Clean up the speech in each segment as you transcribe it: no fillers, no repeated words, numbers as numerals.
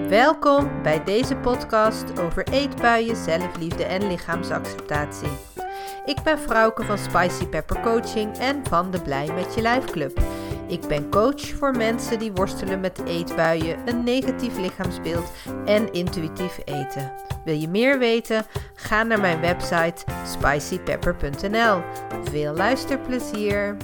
Welkom bij deze podcast over eetbuien, zelfliefde en lichaamsacceptatie. Ik ben Frauke van Spicy Pepper Coaching en van de Blij Met Je Lijf Club. Ik ben coach voor mensen die worstelen met eetbuien, een negatief lichaamsbeeld en intuïtief eten. Wil je meer weten? Ga naar mijn website spicypepper.nl. Veel luisterplezier!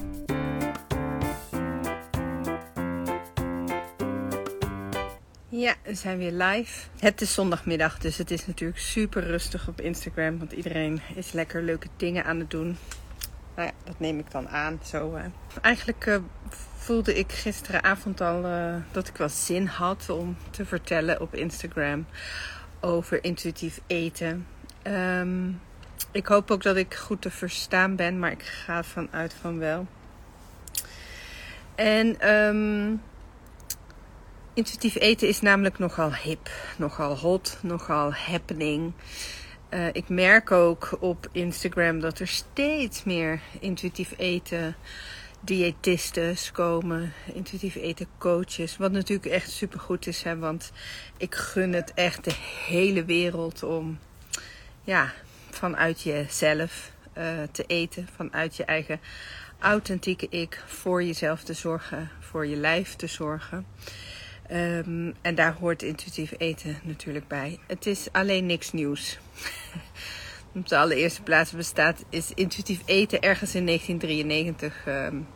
Ja, we zijn weer live. Het is zondagmiddag, dus het is natuurlijk super rustig op Instagram. Want iedereen is lekker leuke dingen aan het doen. Nou ja, dat neem ik dan aan. Eigenlijk voelde ik gisteravond al dat ik wel zin had om te vertellen op Instagram over intuïtief eten. Ik hoop ook dat ik goed te verstaan ben, maar ik ga ervan uit van wel. En intuïtief eten is namelijk nogal hip, nogal hot, nogal happening. Ik merk ook op Instagram dat er steeds meer intuïtief eten diëtistes komen, intuïtief eten coaches. Wat natuurlijk echt supergoed is, hè, want ik gun het echt de hele wereld om vanuit jezelf te eten, vanuit je eigen authentieke ik, voor jezelf te zorgen, voor je lijf te zorgen. En daar hoort intuïtief eten natuurlijk bij. Het is alleen niks nieuws. Op de allereerste plaats is intuïtief eten ergens in 1993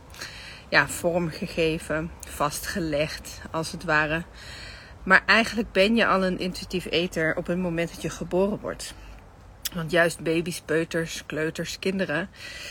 vormgegeven, vastgelegd als het ware. Maar eigenlijk ben je al een intuïtief eter op het moment dat je geboren wordt. Want juist baby's, peuters, kleuters, kinderen,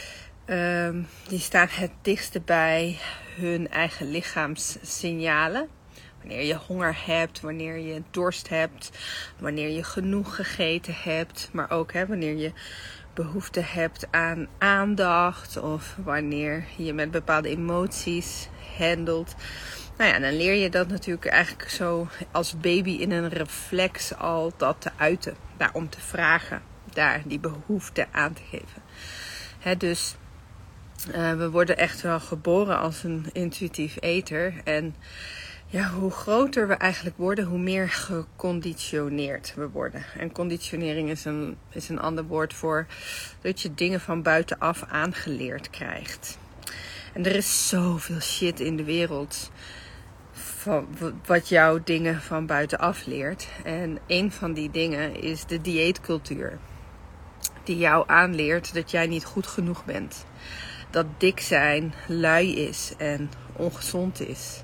die staan het dichtste bij hun eigen lichaamssignalen. Wanneer je honger hebt, wanneer je dorst hebt, wanneer je genoeg gegeten hebt. Maar ook wanneer je behoefte hebt aan aandacht of wanneer je met bepaalde emoties handelt. Nou ja, dan leer je dat natuurlijk eigenlijk zo als baby in een reflex al dat te uiten. Daarom te vragen, daar die behoefte aan te geven. Dus we worden echt wel geboren als een intuïtief eter. En ja, hoe groter we eigenlijk worden, hoe meer geconditioneerd we worden. En conditionering is een ander woord voor dat je dingen van buitenaf aangeleerd krijgt. En er is zoveel shit in de wereld van wat jou dingen van buitenaf leert. En een van die dingen is de dieetcultuur. Die jou aanleert dat jij niet goed genoeg bent. Dat dik zijn lui is en ongezond is.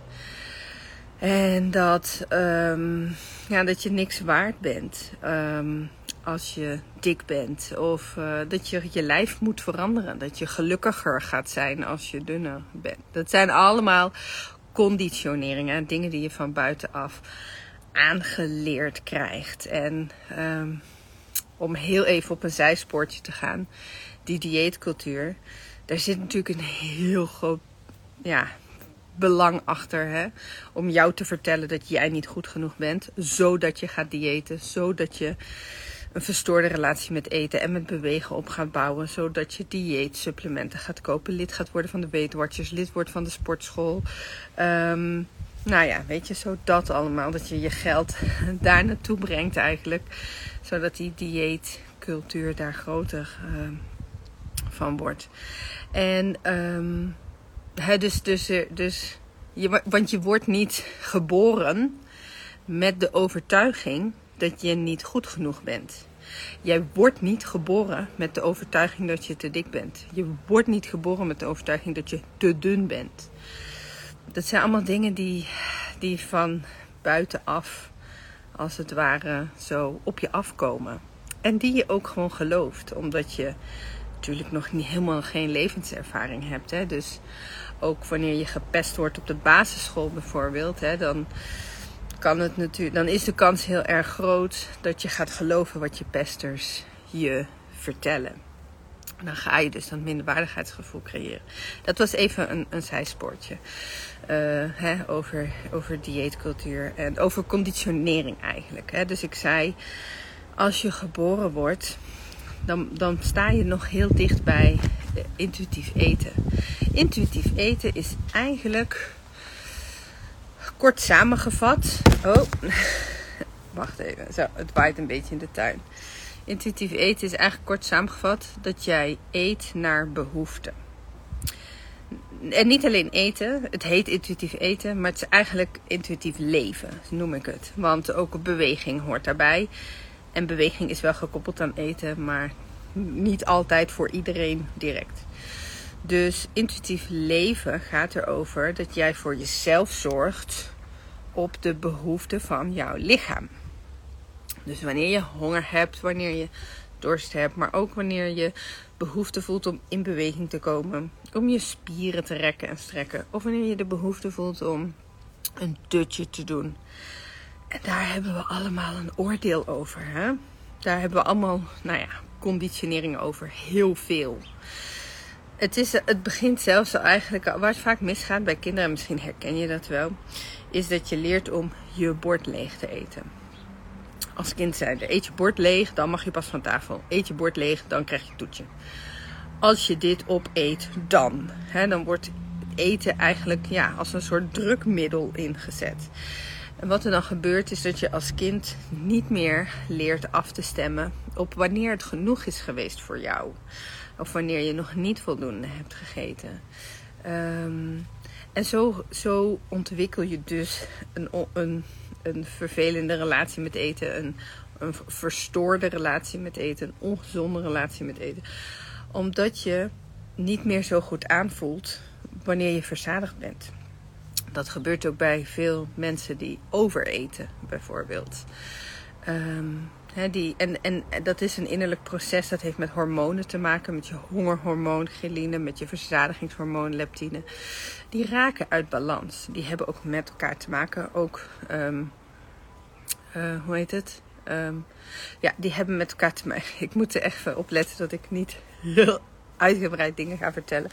En dat je niks waard bent als je dik bent. Of dat je je lijf moet veranderen. Dat je gelukkiger gaat zijn als je dunner bent. Dat zijn allemaal conditioneringen. Dingen die je van buitenaf aangeleerd krijgt. En om heel even op een zijspoortje te gaan. Die dieetcultuur. Daar zit natuurlijk een heel groot belang achter, om jou te vertellen dat jij niet goed genoeg bent, zodat je gaat diëten, zodat je een verstoorde relatie met eten en met bewegen op gaat bouwen, zodat je dieetsupplementen gaat kopen, lid gaat worden van de Weight Watchers, lid wordt van de sportschool. Zo dat allemaal, dat je je geld daar naartoe brengt eigenlijk, zodat die dieetcultuur daar groter van wordt. En want je wordt niet geboren met de overtuiging dat je niet goed genoeg bent. Jij wordt niet geboren met de overtuiging dat je te dik bent. Je wordt niet geboren met de overtuiging dat je te dun bent. Dat zijn allemaal dingen die van buitenaf, als het ware, zo op je afkomen. En die je ook gewoon gelooft, omdat je natuurlijk nog niet helemaal geen levenservaring hebt. Dus ook wanneer je gepest wordt op de basisschool bijvoorbeeld, dan is de kans heel erg groot dat je gaat geloven wat je pesters je vertellen. Dan ga je dus dat minderwaardigheidsgevoel creëren. Dat was even een zijspoortje over dieetcultuur en over conditionering eigenlijk. Dus ik zei, als je geboren wordt, dan sta je nog heel dicht bij intuïtief eten. Intuïtief eten is eigenlijk, kort samengevat, Wacht even. Zo, het waait een beetje in de tuin. Intuïtief eten is eigenlijk kort samengevat dat jij eet naar behoefte. En niet alleen eten, het heet intuïtief eten, maar het is eigenlijk intuïtief leven, noem ik het. Want ook beweging hoort daarbij. En beweging is wel gekoppeld aan eten, maar niet altijd voor iedereen direct. Dus intuïtief leven gaat erover dat jij voor jezelf zorgt op de behoeften van jouw lichaam. Dus wanneer je honger hebt, wanneer je dorst hebt, maar ook wanneer je behoefte voelt om in beweging te komen, om je spieren te rekken en strekken, of wanneer je de behoefte voelt om een dutje te doen. En daar hebben we allemaal een oordeel over, hè? Daar hebben we allemaal, conditioneringen over, heel veel. Het begint zelfs al eigenlijk, waar het vaak misgaat bij kinderen, misschien herken je dat wel, is dat je leert om je bord leeg te eten. Als kind zijnde, eet je bord leeg, dan mag je pas van tafel. Eet je bord leeg, dan krijg je een toetje. Als je dit opeet, dan. Dan wordt eten eigenlijk als een soort drukmiddel ingezet. En wat er dan gebeurt is dat je als kind niet meer leert af te stemmen op wanneer het genoeg is geweest voor jou. Of wanneer je nog niet voldoende hebt gegeten. En zo ontwikkel je dus een vervelende relatie met eten. Een verstoorde relatie met eten. Een ongezonde relatie met eten. Omdat je niet meer zo goed aanvoelt wanneer je verzadigd bent. Dat gebeurt ook bij veel mensen die overeten, bijvoorbeeld. En dat is een innerlijk proces. Dat heeft met hormonen te maken. Met je hongerhormoon, ghreline. Met je verzadigingshormoon, leptine. Die raken uit balans. Die hebben ook met elkaar te maken. Ook, hoe heet het? Die hebben met elkaar te maken. Ik moet er even op letten dat ik niet heel uitgebreid dingen ga vertellen.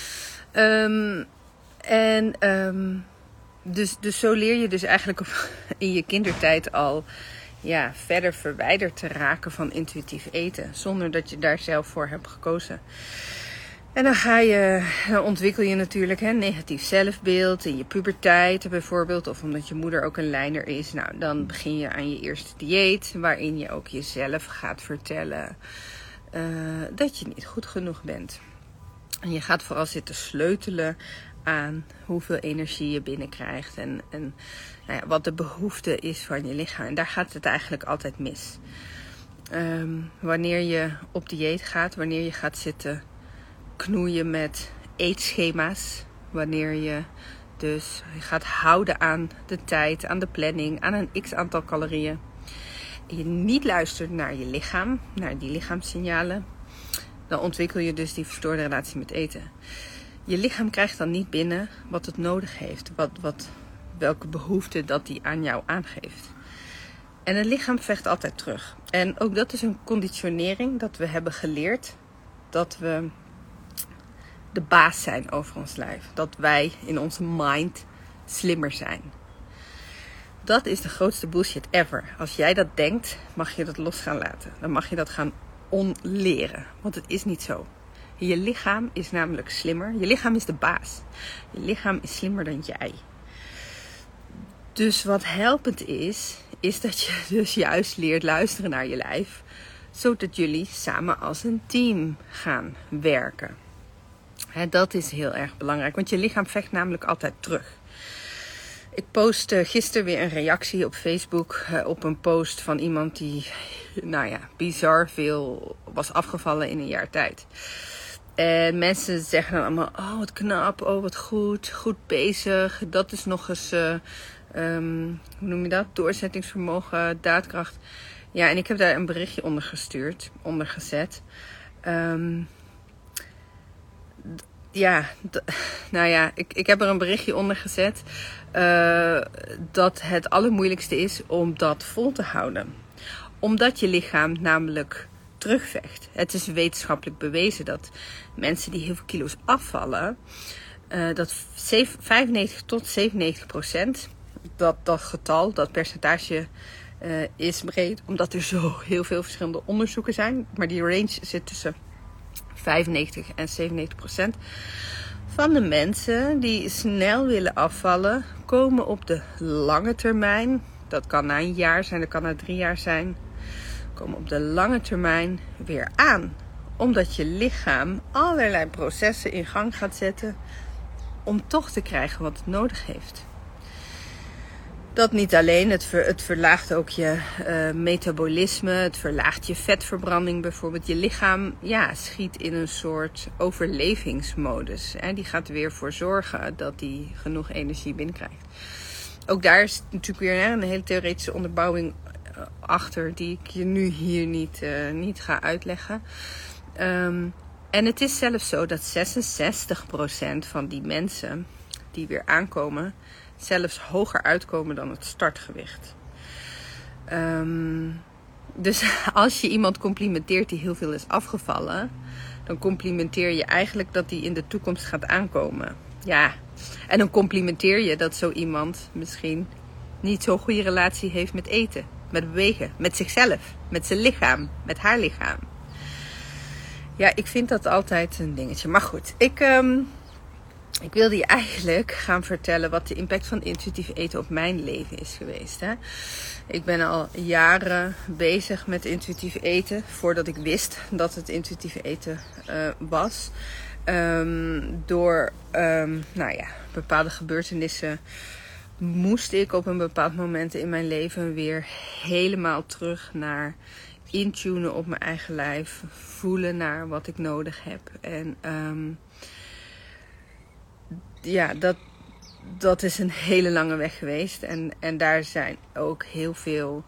Dus zo leer je dus eigenlijk in je kindertijd al verder verwijderd te raken van intuïtief eten. Zonder dat je daar zelf voor hebt gekozen. En dan ontwikkel je natuurlijk negatief zelfbeeld in je puberteit bijvoorbeeld. Of omdat je moeder ook een lijner is. Nou, dan begin je aan je eerste dieet. Waarin je ook jezelf gaat vertellen dat je niet goed genoeg bent. En je gaat vooral zitten sleutelen aan hoeveel energie je binnenkrijgt. En wat de behoefte is van je lichaam. En daar gaat het eigenlijk altijd mis. Wanneer je op dieet gaat. Wanneer je gaat zitten knoeien met eetschema's. Wanneer je dus gaat houden aan de tijd, aan de planning, aan een x-aantal calorieën. En je niet luistert naar je lichaam, naar die lichaamssignalen. Dan ontwikkel je dus die verstoorde relatie met eten. Je lichaam krijgt dan niet binnen wat het nodig heeft. Welke behoefte dat die aan jou aangeeft. En het lichaam vecht altijd terug. En ook dat is een conditionering dat we hebben geleerd. Dat we de baas zijn over ons lijf. Dat wij in onze mind slimmer zijn. Dat is de grootste bullshit ever. Als jij dat denkt, mag je dat los gaan laten. Dan mag je dat gaan onleren. Want het is niet zo. Je lichaam is namelijk slimmer. Je lichaam is de baas. Je lichaam is slimmer dan jij. Dus wat helpend is dat je dus juist leert luisteren naar je lijf. Zodat jullie samen als een team gaan werken. Dat is heel erg belangrijk. Want je lichaam vecht namelijk altijd terug. Ik postte gisteren weer een reactie op Facebook op een post van iemand die, bizar veel was afgevallen in een jaar tijd. En mensen zeggen dan allemaal, oh wat knap, oh wat goed bezig. Dat is nog eens, hoe noem je dat? Doorzettingsvermogen, daadkracht. Ja, en ik heb daar een berichtje onder gezet. Ik heb er een berichtje onder gezet dat het allermoeilijkste is om dat vol te houden. Omdat je lichaam namelijk terugvecht. Het is wetenschappelijk bewezen dat mensen die heel veel kilo's afvallen, dat 95 tot 97%, dat getal, dat percentage is breed, omdat er zo heel veel verschillende onderzoeken zijn. Maar die range zit tussen 95 en 97% van de mensen die snel willen afvallen, komen op de lange termijn Dat kan na een jaar zijn, dat kan na 3 jaar zijn. Komen op de lange termijn weer aan. Omdat je lichaam allerlei processen in gang gaat zetten om toch te krijgen wat het nodig heeft. Dat niet alleen, het verlaagt ook je metabolisme, het verlaagt je vetverbranding bijvoorbeeld. Je lichaam schiet in een soort overlevingsmodus. Die gaat er weer voor zorgen dat hij genoeg energie binnenkrijgt. Ook daar is natuurlijk weer een hele theoretische onderbouwing achter die ik je nu hier niet ga uitleggen. En het is zelfs zo dat 66% van die mensen die weer aankomen zelfs hoger uitkomen dan het startgewicht. Dus als je iemand complimenteert die heel veel is afgevallen, dan complimenteer je eigenlijk dat die in de toekomst gaat aankomen. Ja, en dan complimenteer je dat zo iemand misschien niet zo'n goede relatie heeft met eten, met bewegen, met zichzelf, met zijn lichaam, met haar lichaam. Ja, ik vind dat altijd een dingetje. Maar goed, ik wilde je eigenlijk gaan vertellen wat de impact van intuïtief eten op mijn leven is geweest. Hè? Ik ben al jaren bezig met intuïtief eten, voordat ik wist dat het intuïtief eten was. Door bepaalde gebeurtenissen moest ik op een bepaald moment in mijn leven weer helemaal terug naar intunen op mijn eigen lijf, voelen naar wat ik nodig heb. En dat is een hele lange weg geweest. En daar zijn ook heel veel,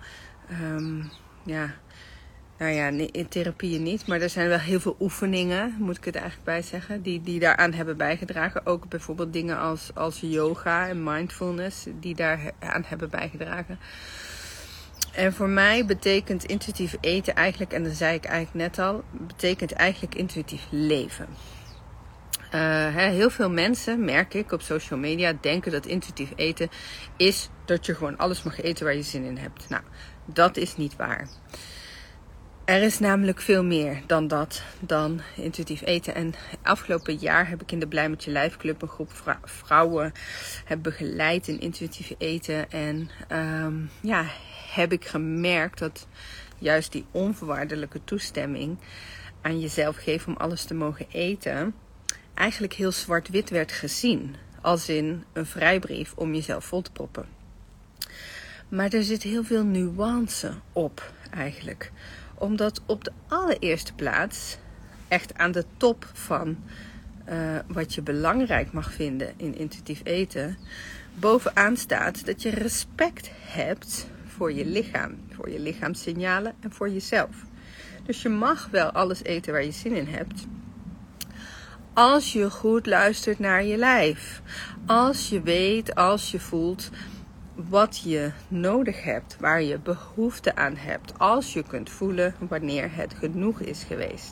in therapieën niet, maar er zijn wel heel veel oefeningen, moet ik het eigenlijk bij zeggen, die daaraan hebben bijgedragen. Ook bijvoorbeeld dingen als yoga en mindfulness, die daaraan hebben bijgedragen. En voor mij betekent intuïtief eten eigenlijk, en dat zei ik eigenlijk net al, betekent eigenlijk intuïtief leven. Heel veel mensen, merk ik op social media, denken dat intuïtief eten is dat je gewoon alles mag eten waar je zin in hebt. Nou, dat is niet waar. Er is namelijk veel meer dan intuïtief eten. En afgelopen jaar heb ik in de Blij met je lijf club een groep vrouwen begeleid in intuïtief eten. En heb ik gemerkt dat juist die onvoorwaardelijke toestemming aan jezelf geven om alles te mogen eten eigenlijk heel zwart-wit werd gezien. Als in een vrijbrief om jezelf vol te proppen. Maar er zit heel veel nuance op eigenlijk. Omdat op de allereerste plaats, echt aan de top van wat je belangrijk mag vinden in intuïtief eten, bovenaan staat dat je respect hebt voor je lichaam. Voor je lichaamssignalen en voor jezelf. Dus je mag wel alles eten waar je zin in hebt. Als je goed luistert naar je lijf. Als je weet, als je voelt wat je nodig hebt, waar je behoefte aan hebt. Als je kunt voelen wanneer het genoeg is geweest.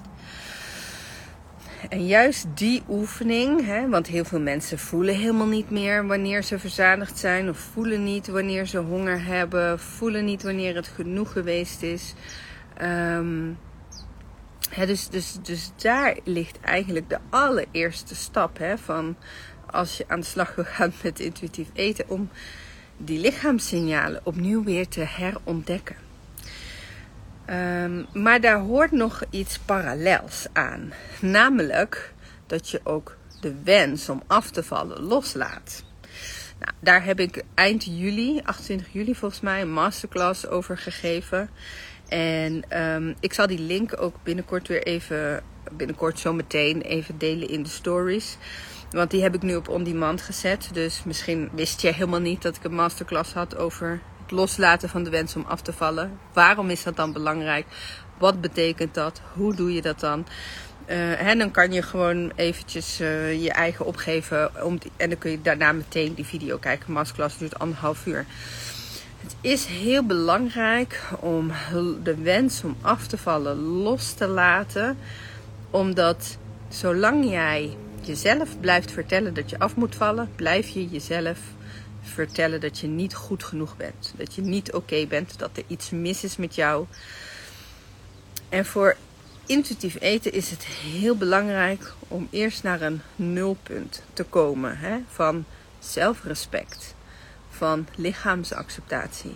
En juist die oefening, want heel veel mensen voelen helemaal niet meer wanneer ze verzadigd zijn. Of voelen niet wanneer ze honger hebben. Voelen niet wanneer het genoeg geweest is. Dus daar ligt eigenlijk de allereerste stap van als je aan de slag wil gaan met intuïtief eten, om die lichaamssignalen opnieuw weer te herontdekken. Maar daar hoort nog iets parallels aan. Namelijk dat je ook de wens om af te vallen loslaat. Nou, daar heb ik eind juli, 28 juli volgens mij, een masterclass over gegeven. En ik zal die link ook binnenkort zometeen even delen in de stories. Want die heb ik nu op on-demand gezet. Dus misschien wist je helemaal niet dat ik een masterclass had over het loslaten van de wens om af te vallen. Waarom is dat dan belangrijk? Wat betekent dat? Hoe doe je dat dan? En dan kan je gewoon eventjes je eigen opgeven. En dan kun je daarna meteen die video kijken. De masterclass duurt 1,5 uur. Het is heel belangrijk om de wens om af te vallen los te laten. Omdat zolang jij jezelf blijft vertellen dat je af moet vallen, blijf je jezelf vertellen dat je niet goed genoeg bent. Dat je niet oké bent, dat er iets mis is met jou. En voor intuïtief eten is het heel belangrijk om eerst naar een nulpunt te komen. Van zelfrespect, van lichaamsacceptatie,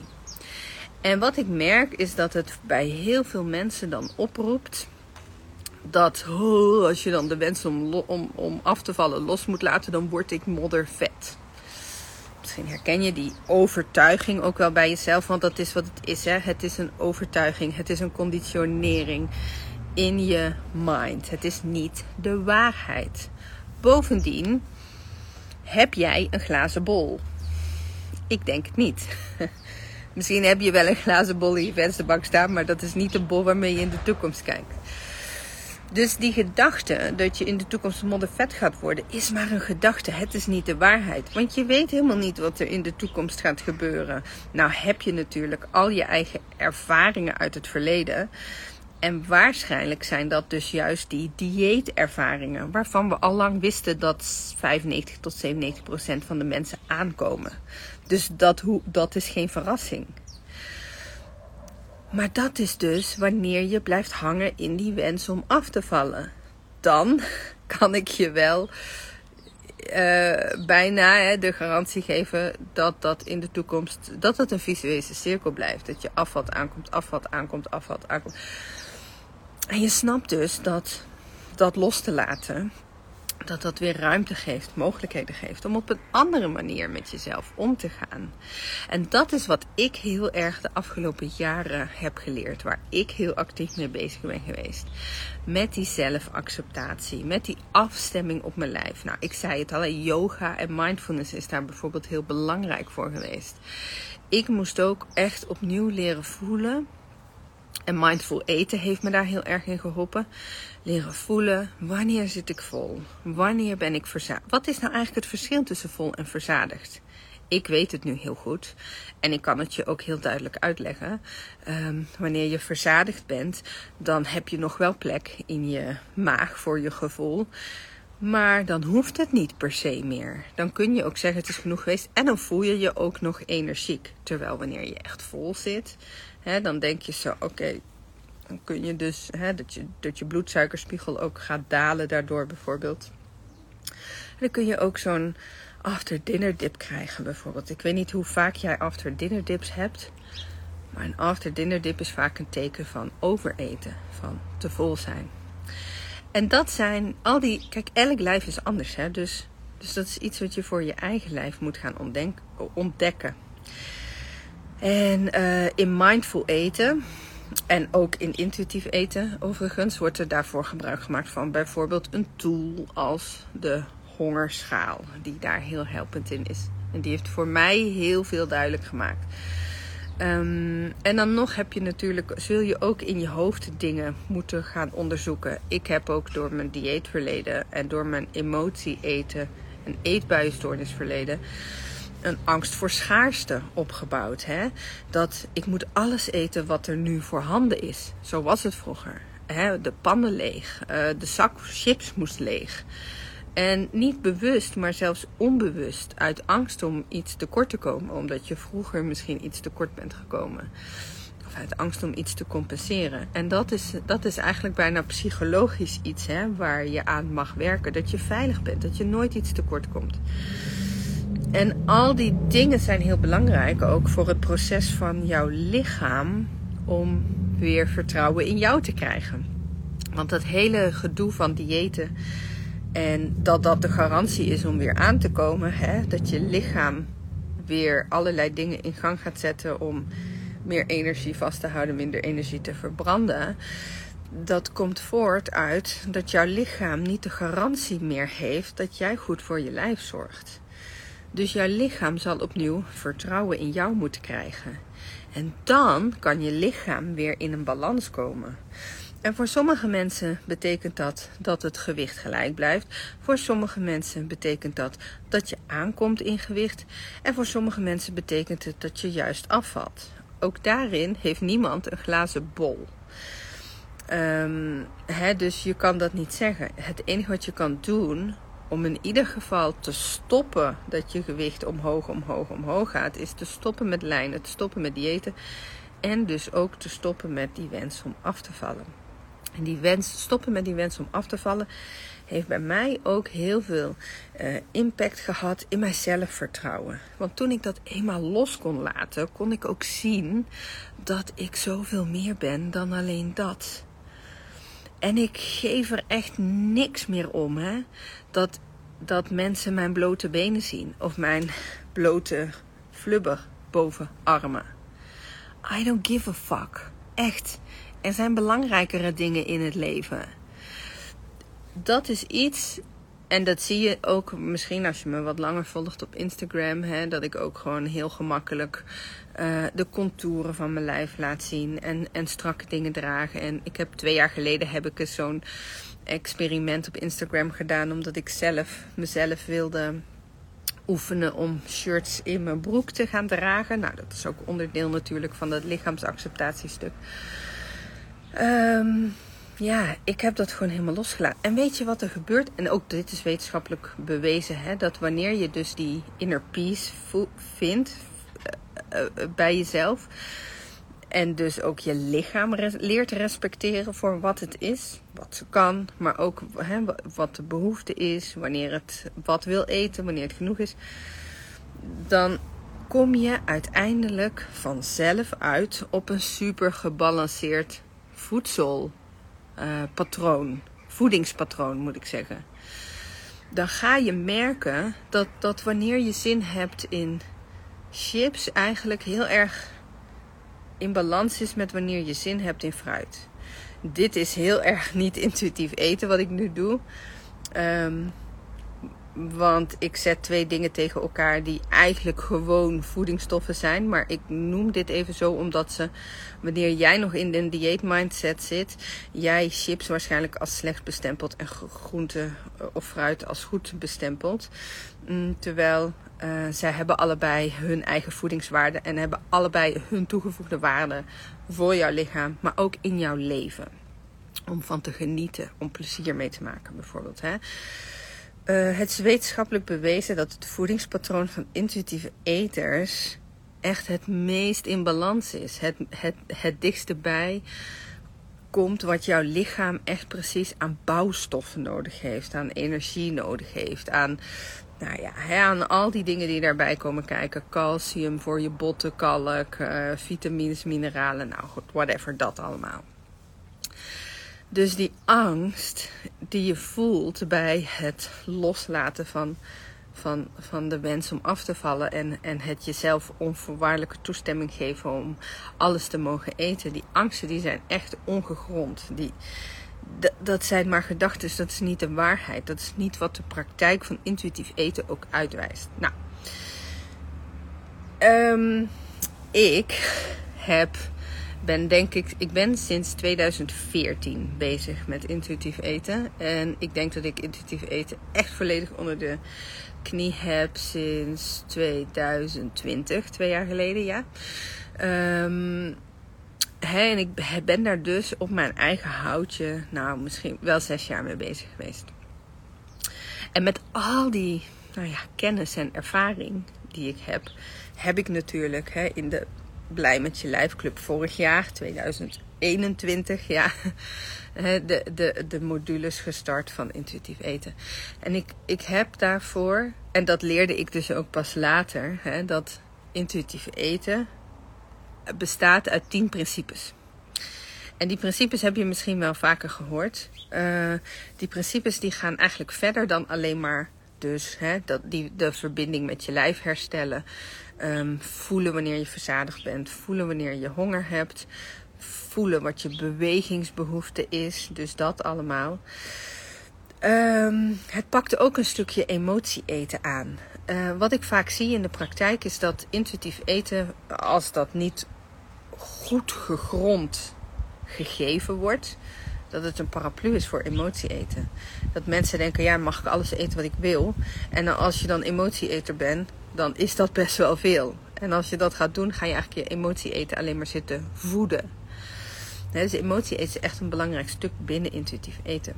En wat ik merk is dat het bij heel veel mensen dan oproept dat als je dan de wens om af te vallen los moet laten, dan word ik moddervet. Misschien herken je die overtuiging ook wel bij jezelf, want dat is wat het is. Hè? Het is een overtuiging, het is een conditionering in je mind. Het is niet de waarheid. Bovendien heb jij een glazen bol. Ik denk het niet. Misschien heb je wel een glazen bol in je vensterbank staan, maar dat is niet de bol waarmee je in de toekomst kijkt. Dus die gedachte dat je in de toekomst moddervet gaat worden, is maar een gedachte. Het is niet de waarheid. Want je weet helemaal niet wat er in de toekomst gaat gebeuren. Nou heb je natuurlijk al je eigen ervaringen uit het verleden. En waarschijnlijk zijn dat dus juist die dieetervaringen, waarvan we al lang wisten dat 95 tot 97% van de mensen aankomen. Dus dat is geen verrassing. Maar dat is dus wanneer je blijft hangen in die wens om af te vallen. Dan kan ik je wel bijna de garantie geven dat in de toekomst dat het een visuele cirkel blijft. Dat je afvalt, aankomt, afvalt, aankomt, afvalt, aankomt. En je snapt dus dat los te laten, dat weer ruimte geeft, mogelijkheden geeft om op een andere manier met jezelf om te gaan. En dat is wat ik heel erg de afgelopen jaren heb geleerd, waar ik heel actief mee bezig ben geweest. Met die zelfacceptatie, met die afstemming op mijn lijf. Nou, ik zei het al, yoga en mindfulness is daar bijvoorbeeld heel belangrijk voor geweest. Ik moest ook echt opnieuw leren voelen. En mindful eten heeft me daar heel erg in geholpen. Leren voelen, wanneer zit ik vol? Wanneer ben ik verzadigd? Wat is nou eigenlijk het verschil tussen vol en verzadigd? Ik weet het nu heel goed. En ik kan het je ook heel duidelijk uitleggen. Wanneer je verzadigd bent, dan heb je nog wel plek in je maag voor je gevoel. Maar dan hoeft het niet per se meer. Dan kun je ook zeggen het is genoeg geweest. En dan voel je je ook nog energiek. Terwijl wanneer je echt vol zit, dan denk je zo, oké, dan kun je dus, dat je bloedsuikerspiegel ook gaat dalen daardoor bijvoorbeeld. En dan kun je ook zo'n after dinner dip krijgen bijvoorbeeld. Ik weet niet hoe vaak jij after dinner dips hebt. Maar een after dinner dip is vaak een teken van overeten. Van te vol zijn. En dat zijn al die, kijk, elk lijf is anders. Dus dat is iets wat je voor je eigen lijf moet gaan ontdekken. En in mindful eten en ook in intuïtief eten overigens wordt er daarvoor gebruik gemaakt van bijvoorbeeld een tool als de hongerschaal, die daar heel helpend in is. En die heeft voor mij heel veel duidelijk gemaakt. En dan nog zul je ook in je hoofd dingen moeten gaan onderzoeken. Ik heb ook door mijn dieetverleden en door mijn emotie eten en eetbuienstoornisverleden een angst voor schaarste opgebouwd. Dat ik moet alles eten wat er nu voorhanden is. Zo was het vroeger. De pannen leeg, de zak chips moest leeg. En niet bewust, maar zelfs onbewust, uit angst om iets tekort te komen. Omdat je vroeger misschien iets tekort bent gekomen. Of uit angst om iets te compenseren. En dat is eigenlijk bijna psychologisch iets waar je aan mag werken. Dat je veilig bent, dat je nooit iets tekort komt. En al die dingen zijn heel belangrijk ook voor het proces van jouw lichaam om weer vertrouwen in jou te krijgen. Want dat hele gedoe van diëten en dat de garantie is om weer aan te komen, dat je lichaam weer allerlei dingen in gang gaat zetten om meer energie vast te houden, minder energie te verbranden. Dat komt voort uit dat jouw lichaam niet de garantie meer heeft dat jij goed voor je lijf zorgt. Dus jouw lichaam zal opnieuw vertrouwen in jou moeten krijgen. En dan kan je lichaam weer in een balans komen. En voor sommige mensen betekent dat het gewicht gelijk blijft. Voor sommige mensen betekent dat je aankomt in gewicht. En voor sommige mensen betekent het dat je juist afvalt. Ook daarin heeft niemand een glazen bol. Dus je kan dat niet zeggen. Het enige wat je kan doen om in ieder geval te stoppen dat je gewicht omhoog gaat, is te stoppen met lijnen, te stoppen met diëten en dus ook te stoppen met die wens om af te vallen. En stoppen met die wens om af te vallen heeft bij mij ook heel veel impact gehad in mijn zelfvertrouwen. Want toen ik dat eenmaal los kon laten, kon ik ook zien dat ik zoveel meer ben dan alleen dat. En ik geef er echt niks meer om, hè. Dat mensen mijn blote benen zien. Of mijn blote flubber bovenarmen. I don't give a fuck. Echt. Er zijn belangrijkere dingen in het leven. Dat is iets, en dat zie je ook misschien als je me wat langer volgt op Instagram, hè, dat ik ook gewoon heel gemakkelijk de contouren van mijn lijf laat zien en strakke dingen dragen. En ik heb 2 jaar geleden eens zo'n experiment op Instagram gedaan, omdat ik mezelf wilde oefenen om shirts in mijn broek te gaan dragen. Nou, dat is ook onderdeel natuurlijk van dat lichaamsacceptatiestuk. Ja, ik heb dat gewoon helemaal losgelaten. En weet je wat er gebeurt? En ook dit is wetenschappelijk bewezen, hè, dat wanneer je dus die inner peace vindt bij jezelf, en dus ook je lichaam leert respecteren voor wat het is, wat ze kan, maar ook wat de behoefte is, wanneer het wat wil eten, wanneer het genoeg is, dan kom je uiteindelijk vanzelf uit op een super gebalanceerd voedingspatroon moet ik zeggen. Dan ga je merken dat wanneer je zin hebt in chips eigenlijk heel erg in balans is met wanneer je zin hebt in fruit. Dit is heel erg niet intuïtief eten wat ik nu doe. Want ik zet 2 dingen tegen elkaar die eigenlijk gewoon voedingsstoffen zijn. Maar ik noem dit even zo omdat ze, wanneer jij nog in een dieetmindset zit, jij chips waarschijnlijk als slecht bestempelt en groente of fruit als goed bestempelt. Terwijl zij hebben allebei hun eigen voedingswaarde en hebben allebei hun toegevoegde waarde voor jouw lichaam, maar ook in jouw leven. Om van te genieten, om plezier mee te maken bijvoorbeeld, hè. Het is wetenschappelijk bewezen dat het voedingspatroon van intuïtieve eters echt het meest in balans is. Het dichtste bij komt wat jouw lichaam echt precies aan bouwstoffen nodig heeft, aan energie nodig heeft, aan al die dingen die daarbij komen kijken. Calcium voor je botten, kalk, vitamines, mineralen, nou goed, whatever, dat allemaal. Dus die angst die je voelt bij het loslaten van de wens om af te vallen en het jezelf onvoorwaardelijke toestemming geven om alles te mogen eten. Die angsten die zijn echt ongegrond. Dat zijn maar gedachten, dat is niet de waarheid. Dat is niet wat de praktijk van intuïtief eten ook uitwijst. Nou, ik ben sinds 2014 bezig met intuïtief eten. En ik denk dat ik intuïtief eten echt volledig onder de knie heb sinds 2020, 2 jaar geleden, ja. En ik ben daar dus op mijn eigen houtje, misschien wel 6 jaar mee bezig geweest. En met al die kennis en ervaring die ik heb ik natuurlijk in de Blij met je lijf club vorig jaar, 2021, de modules gestart van intuïtief eten. En ik heb daarvoor, en dat leerde ik dus ook pas later, dat intuïtief eten bestaat uit 10 principes. En die principes heb je misschien wel vaker gehoord. Die principes die gaan eigenlijk verder dan alleen maar dus de verbinding met je lijf herstellen. Voelen wanneer je verzadigd bent. Voelen wanneer je honger hebt. Voelen wat je bewegingsbehoefte is. Dus dat allemaal. Het pakte ook een stukje emotie eten aan. Wat ik vaak zie in de praktijk is dat intuïtief eten, als dat niet goed gegrond gegeven wordt, dat het een paraplu is voor emotie eten. Dat mensen denken, mag ik alles eten wat ik wil? En als je dan emotieeter bent, dan is dat best wel veel. En als je dat gaat doen, ga je eigenlijk je emotie eten alleen maar zitten voeden. Dus emotie eten is echt een belangrijk stuk binnen intuïtief eten.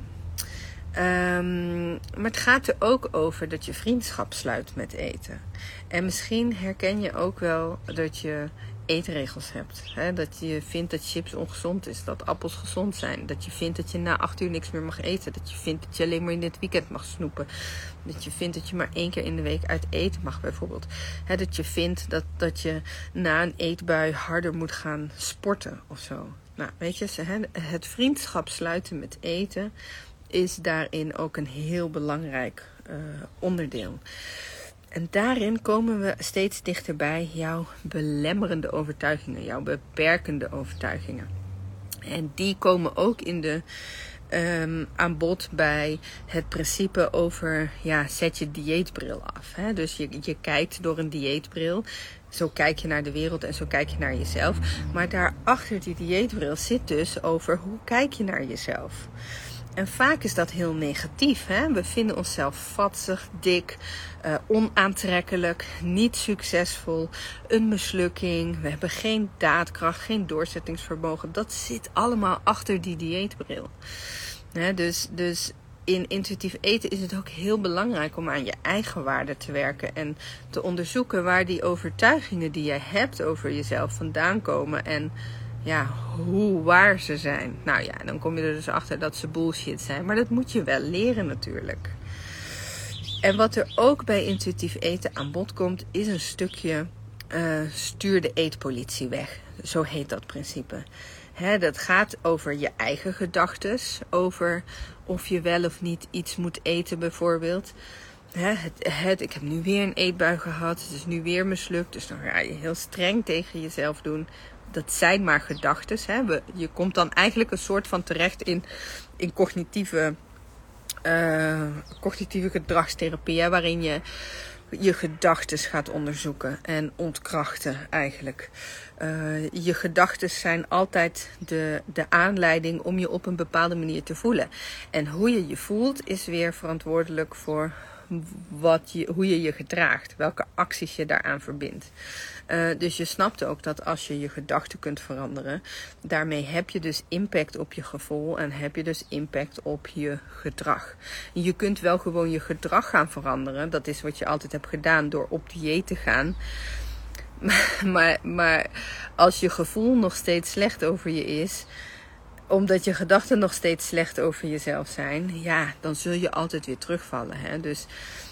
Maar het gaat er ook over dat je vriendschap sluit met eten. En misschien herken je ook wel dat je eetregels hebt. Hè? Dat je vindt dat chips ongezond is. Dat appels gezond zijn. Dat je vindt dat je na 8 uur niks meer mag eten. Dat je vindt dat je alleen maar in het weekend mag snoepen. Dat je vindt dat je maar 1 keer in de week uit eten mag bijvoorbeeld. Hè? Dat je vindt dat je na een eetbui harder moet gaan sporten of zo. Nou, weet je, het vriendschap sluiten met eten is daarin ook een heel belangrijk onderdeel. En daarin komen we steeds dichterbij jouw belemmerende overtuigingen, jouw beperkende overtuigingen. En die komen ook aan bod bij het principe over, zet je dieetbril af. Hè? Dus je kijkt door een dieetbril. Zo kijk je naar de wereld en zo kijk je naar jezelf. Maar daarachter die dieetbril zit dus over hoe kijk je naar jezelf. En vaak is dat heel negatief. Hè? We vinden onszelf vatsig, dik, onaantrekkelijk, niet succesvol, een mislukking. We hebben geen daadkracht, geen doorzettingsvermogen. Dat zit allemaal achter die dieetbril. Hè? Dus in intuïtief eten is het ook heel belangrijk om aan je eigen waarde te werken. En te onderzoeken waar die overtuigingen die jij hebt over jezelf vandaan komen. En hoe waar ze zijn. Nou ja, dan kom je er dus achter dat ze bullshit zijn. Maar dat moet je wel leren natuurlijk. En wat er ook bij intuïtief eten aan bod komt, is een stukje stuur de eetpolitie weg. Zo heet dat principe. Dat gaat over je eigen gedachtes. Over of je wel of niet iets moet eten bijvoorbeeld. Ik heb nu weer een eetbui gehad. Het is nu weer mislukt. Dus dan ga je heel streng tegen jezelf doen. Dat zijn maar gedachtes. Je komt dan eigenlijk een soort van terecht in cognitieve gedragstherapie. Waarin je gedachtes gaat onderzoeken en ontkrachten eigenlijk. Je gedachtes zijn altijd de aanleiding om je op een bepaalde manier te voelen. En hoe je je voelt is weer verantwoordelijk voor hoe je je gedraagt. Welke acties je daaraan verbindt. Dus je snapt ook dat als je je gedachten kunt veranderen, daarmee heb je dus impact op je gevoel en heb je dus impact op je gedrag. Je kunt wel gewoon je gedrag gaan veranderen. Dat is wat je altijd hebt gedaan door op dieet te gaan. Maar als je gevoel nog steeds slecht over je is, omdat je gedachten nog steeds slecht over jezelf zijn, dan zul je altijd weer terugvallen. Hè? Dus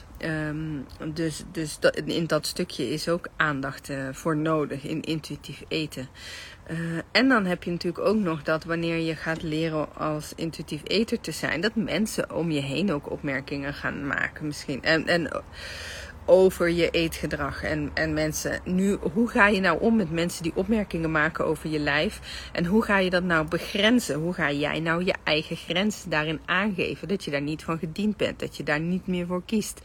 in dat stukje is ook aandacht voor nodig in intuïtief eten. En dan heb je natuurlijk ook nog dat wanneer je gaat leren als intuïtief eter te zijn, dat mensen om je heen ook opmerkingen gaan maken misschien. En over je eetgedrag. En mensen, hoe ga je nou om met mensen die opmerkingen maken over je lijf? En hoe ga je dat nou begrenzen? Hoe ga jij nou je eigen grens daarin aangeven? Dat je daar niet van gediend bent. Dat je daar niet meer voor kiest.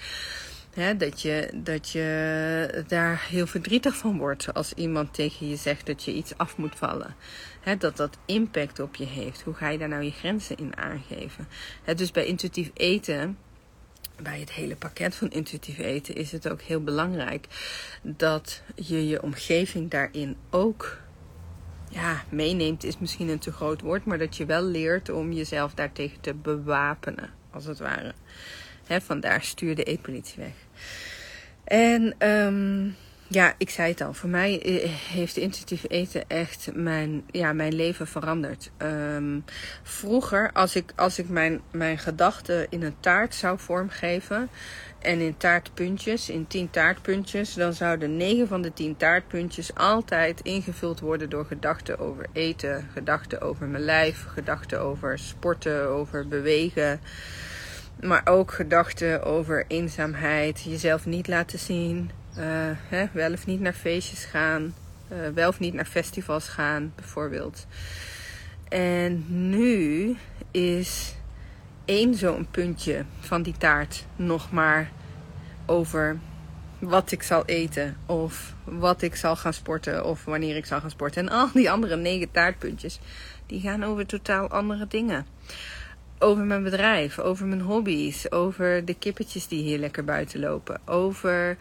Dat je daar heel verdrietig van wordt als iemand tegen je zegt dat je iets af moet vallen. Dat impact op je heeft. Hoe ga je daar nou je grenzen in aangeven? Dus bij intuïtief eten, bij het hele pakket van intuïtief eten, is het ook heel belangrijk dat je je omgeving daarin ook meeneemt, is misschien een te groot woord, maar dat je wel leert om jezelf daartegen te bewapenen, als het ware. Vandaar stuur de eetpolitie weg. En ik zei het al, voor mij heeft intuïtief eten echt mijn leven veranderd. Vroeger, als ik mijn gedachten in een taart zou vormgeven en in taartpuntjes, in 10 taartpuntjes, dan zouden 9 van de 10 taartpuntjes altijd ingevuld worden door gedachten over eten, gedachten over mijn lijf, gedachten over sporten, over bewegen. Maar ook gedachten over eenzaamheid, jezelf niet laten zien, wel of niet naar feestjes gaan, wel of niet naar festivals gaan bijvoorbeeld. En nu is 1 zo'n puntje van die taart nog maar over wat ik zal eten of wat ik zal gaan sporten of wanneer ik zal gaan sporten. En al die andere 9 taartpuntjes, die gaan over totaal andere dingen. Over mijn bedrijf, over mijn hobby's, over de kippetjes die hier lekker buiten lopen. Over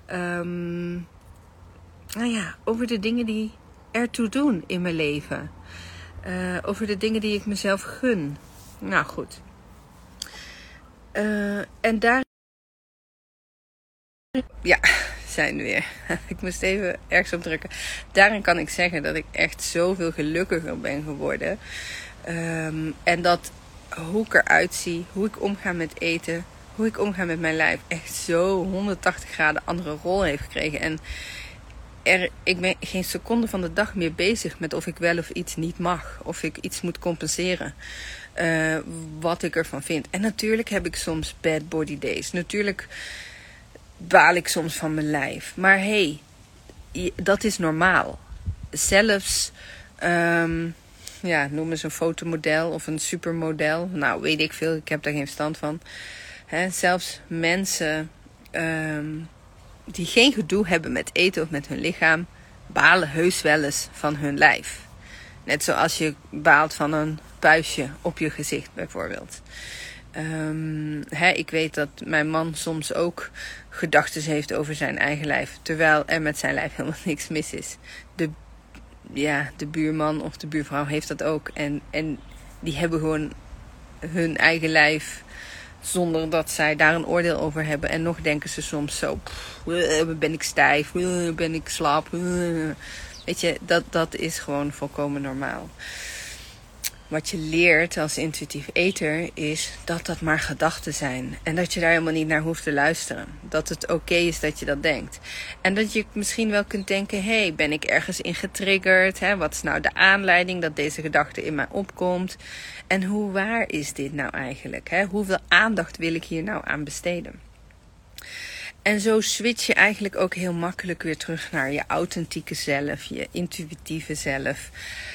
over de dingen die ertoe doen in mijn leven. Over de dingen die ik mezelf gun. Nou goed. En daar zijn weer. Ik moest even ergens op drukken. Daarin kan ik zeggen dat ik echt zoveel gelukkiger ben geworden. En dat hoe ik eruit zie, hoe ik omga met eten, hoe ik omga met mijn lijf, echt zo 180 graden andere rol heeft gekregen. En ik ben geen seconde van de dag meer bezig met of ik wel of iets niet mag. Of ik iets moet compenseren. Wat ik ervan vind. En natuurlijk heb ik soms bad body days. Natuurlijk baal ik soms van mijn lijf. Maar hey, dat is normaal. Zelfs, noem eens een fotomodel of een supermodel. Nou, weet ik veel. Ik heb daar geen verstand van. Zelfs mensen die geen gedoe hebben met eten of met hun lichaam, balen heus wel eens van hun lijf. Net zoals je baalt van een puistje op je gezicht bijvoorbeeld. Ik weet dat mijn man soms ook gedachten heeft over zijn eigen lijf, terwijl er met zijn lijf helemaal niks mis is. De buurman of de buurvrouw heeft dat ook. En die hebben gewoon hun eigen lijf zonder dat zij daar een oordeel over hebben. En nog denken ze soms zo, ben ik stijf, ben ik slap. Weet je, dat is gewoon volkomen normaal. Wat je leert als intuïtief eter is dat dat maar gedachten zijn. En dat je daar helemaal niet naar hoeft te luisteren. Dat het oké is dat je dat denkt. En dat je misschien wel kunt denken, ben ik ergens in getriggerd? Wat is nou de aanleiding dat deze gedachte in mij opkomt? En hoe waar is dit nou eigenlijk? Hoeveel aandacht wil ik hier nou aan besteden? En zo switch je eigenlijk ook heel makkelijk weer terug naar je authentieke zelf, je intuïtieve zelf.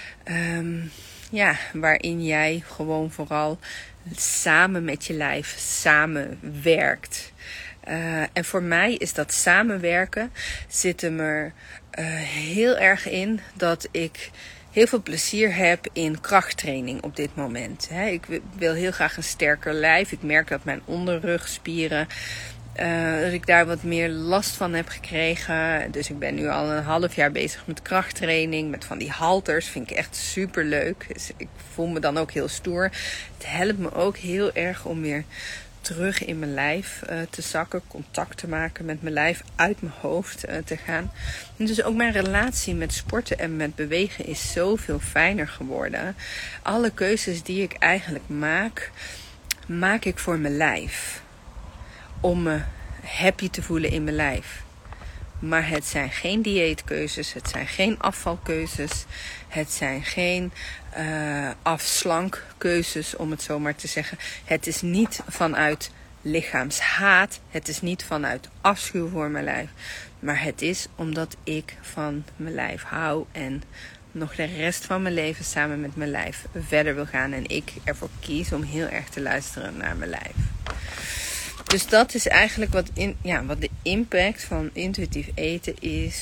Waarin jij gewoon vooral samen met je lijf samenwerkt. En voor mij is dat samenwerken zit hem er heel erg in dat ik heel veel plezier heb in krachttraining op dit moment. Ik wil heel graag een sterker lijf. Ik merk dat mijn onderrugspieren, dat ik daar wat meer last van heb gekregen. Dus ik ben nu al een half jaar bezig met krachttraining. Met van die halters. Vind ik echt super leuk. Dus ik voel me dan ook heel stoer. Het helpt me ook heel erg om weer terug in mijn lijf te zakken. Contact te maken met mijn lijf. Uit mijn hoofd te gaan. En dus ook mijn relatie met sporten en met bewegen is zoveel fijner geworden. Alle keuzes die ik eigenlijk maak ik voor mijn lijf. Om me happy te voelen in mijn lijf. Maar het zijn geen dieetkeuzes. Het zijn geen afvalkeuzes. Het zijn geen afslankkeuzes, om het zo maar te zeggen. Het is niet vanuit lichaamshaat. Het is niet vanuit afschuw voor mijn lijf. Maar het is omdat ik van mijn lijf hou. En nog de rest van mijn leven samen met mijn lijf verder wil gaan. En ik ervoor kies om heel erg te luisteren naar mijn lijf. Dus dat is eigenlijk wat de impact van intuïtief eten is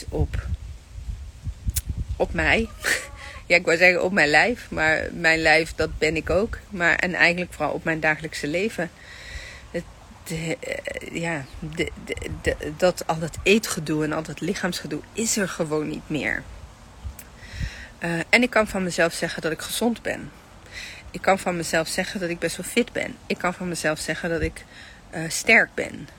op mij. Ja, ik wou zeggen op mijn lijf, maar mijn lijf, dat ben ik ook. En eigenlijk vooral op mijn dagelijkse leven. Al dat eetgedoe en al dat lichaamsgedoe is er gewoon niet meer. En ik kan van mezelf zeggen dat ik gezond ben. Ik kan van mezelf zeggen dat ik best wel fit ben. Ik kan van mezelf zeggen dat ik sterk ben.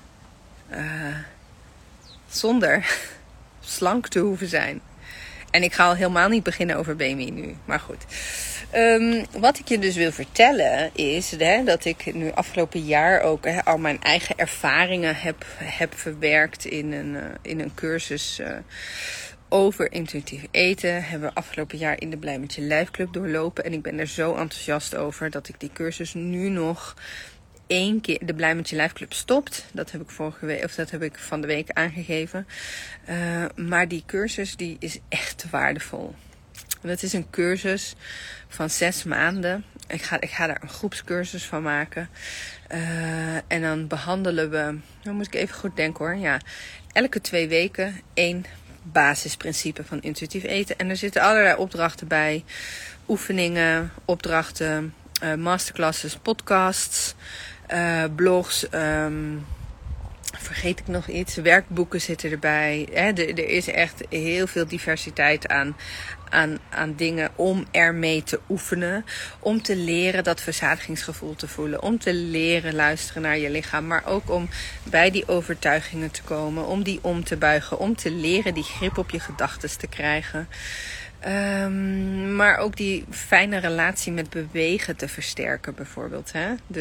Zonder slank te hoeven zijn. En ik ga al helemaal niet beginnen over BMI nu. Maar goed. Wat ik je dus wil vertellen is dat ik nu afgelopen jaar ook al mijn eigen ervaringen heb verwerkt in een cursus over intuïtief eten. Hebben we afgelopen jaar in de Blij Met Je Lijf Club doorlopen. En ik ben er zo enthousiast over dat ik die cursus nu nog 1 keer, de Blij Met Je Lijf Club stopt. Dat heb ik van de week aangegeven. Maar die cursus die is echt waardevol. Dat is een cursus van 6 maanden. Ik ga daar een groepscursus van maken. En dan behandelen we, nou moet ik even goed denken hoor. Ja, elke 2 weken 1 basisprincipe van intuïtief eten. En er zitten allerlei opdrachten bij. Oefeningen, opdrachten, masterclasses, podcasts, blogs, Vergeet ik nog iets? Werkboeken zitten erbij. Er is echt heel veel diversiteit aan dingen om ermee te oefenen. Om te leren dat verzadigingsgevoel te voelen. Om te leren luisteren naar je lichaam. Maar ook om bij die overtuigingen te komen. Om die om te buigen. Om te leren die grip op je gedachten te krijgen. Maar ook die fijne relatie met bewegen te versterken bijvoorbeeld.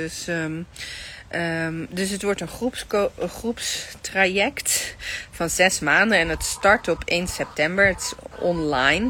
Dus het wordt een groepstraject van 6 maanden. En het start op 1 september. Het is online.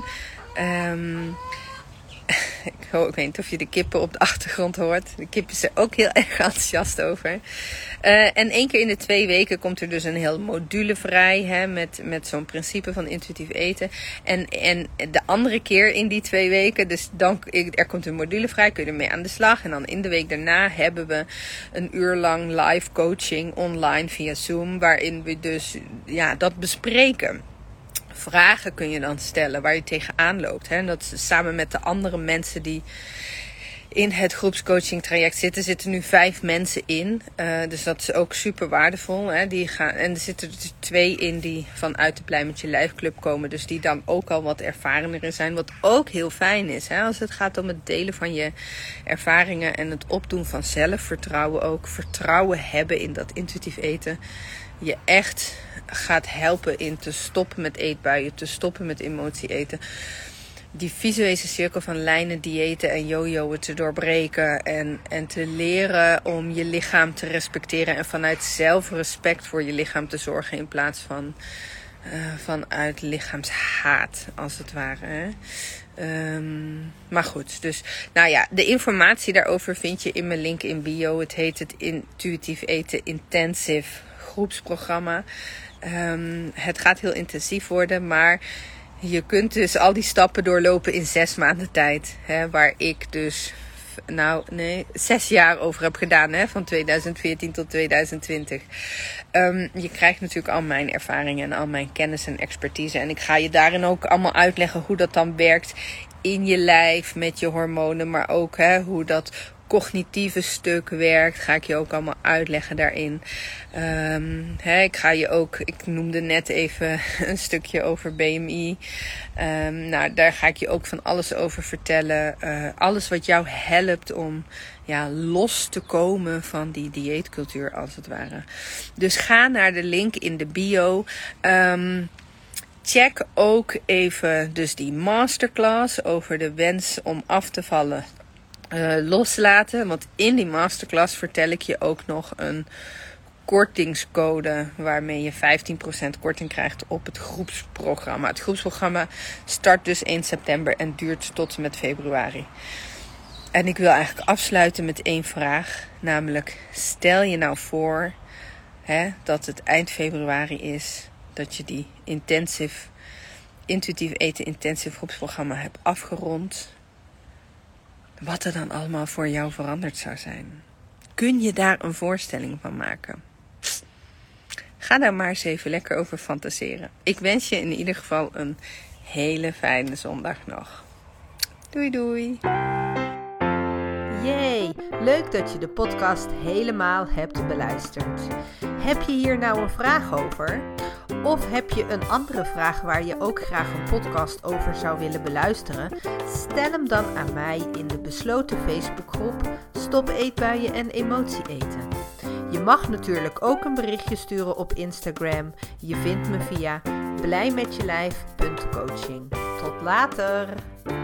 Ik weet niet of je de kippen op de achtergrond hoort. De kippen zijn er ook heel erg enthousiast over. En 1 keer in de 2 weken komt er dus een heel module vrij. Met zo'n principe van intuïtief eten. En de andere keer in die 2 weken. Dus er komt een module vrij. Kun je ermee aan de slag. En dan in de week daarna hebben we een uur lang live coaching online via Zoom. Waarin we dus dat bespreken. Vragen kun je dan stellen waar je tegenaan loopt. En dat is samen met de andere mensen die in het groepscoaching traject zitten nu 5 mensen in. Dus dat is ook super waardevol. En er zitten dus 2 in die vanuit de Blij met je lijf club komen. Dus die dan ook al wat ervarener in zijn. Wat ook heel fijn is. Als het gaat om het delen van je ervaringen. En het opdoen van zelfvertrouwen ook. Vertrouwen hebben in dat intuïtief eten. Je echt gaat helpen in te stoppen met eetbuien. Te stoppen met emotie eten. Die visuele cirkel van lijnen, diëten en jojoen te doorbreken. En te leren om je lichaam te respecteren. En vanuit zelfrespect voor je lichaam te zorgen. In plaats van vanuit lichaamshaat, als het ware. Maar goed, dus de informatie daarover vind je in mijn link in bio. Het heet het Intuïtief Eten Intensive groepsprogramma. Het gaat heel intensief worden, maar je kunt dus al die stappen doorlopen in 6 maanden tijd. Waar ik dus 6 jaar over heb gedaan. Van 2014 tot 2020. Je krijgt natuurlijk al mijn ervaringen en al mijn kennis en expertise. En ik ga je daarin ook allemaal uitleggen hoe dat dan werkt in je lijf met je hormonen. Maar ook hoe dat cognitieve stuk werkt, ga ik je ook allemaal uitleggen daarin. Ik noemde net even een stukje over BMI. Daar ga ik je ook van alles over vertellen. Alles wat jou helpt om los te komen van die dieetcultuur als het ware. Dus ga naar de link in de bio. Check ook even dus die masterclass over de wens om af te vallen. Loslaten. Want in die masterclass vertel ik je ook nog een kortingscode waarmee je 15% korting krijgt op het groepsprogramma. Het groepsprogramma start dus 1 september en duurt tot en met februari. En ik wil eigenlijk afsluiten met 1 vraag. Namelijk, stel je nou voor dat het eind februari is. Dat je die intuïtief eten intensive groepsprogramma hebt afgerond. Wat er dan allemaal voor jou veranderd zou zijn. Kun je daar een voorstelling van maken? Ga daar maar eens even lekker over fantaseren. Ik wens je in ieder geval een hele fijne zondag nog. Doei doei. Yay, leuk dat je de podcast helemaal hebt beluisterd. Heb je hier nou een vraag over? Of heb je een andere vraag waar je ook graag een podcast over zou willen beluisteren? Stel hem dan aan mij in de besloten Facebookgroep Stop Eetbuien en Emotie Eten. Je mag natuurlijk ook een berichtje sturen op Instagram. Je vindt me via blijmetjelijf.coaching. Tot later!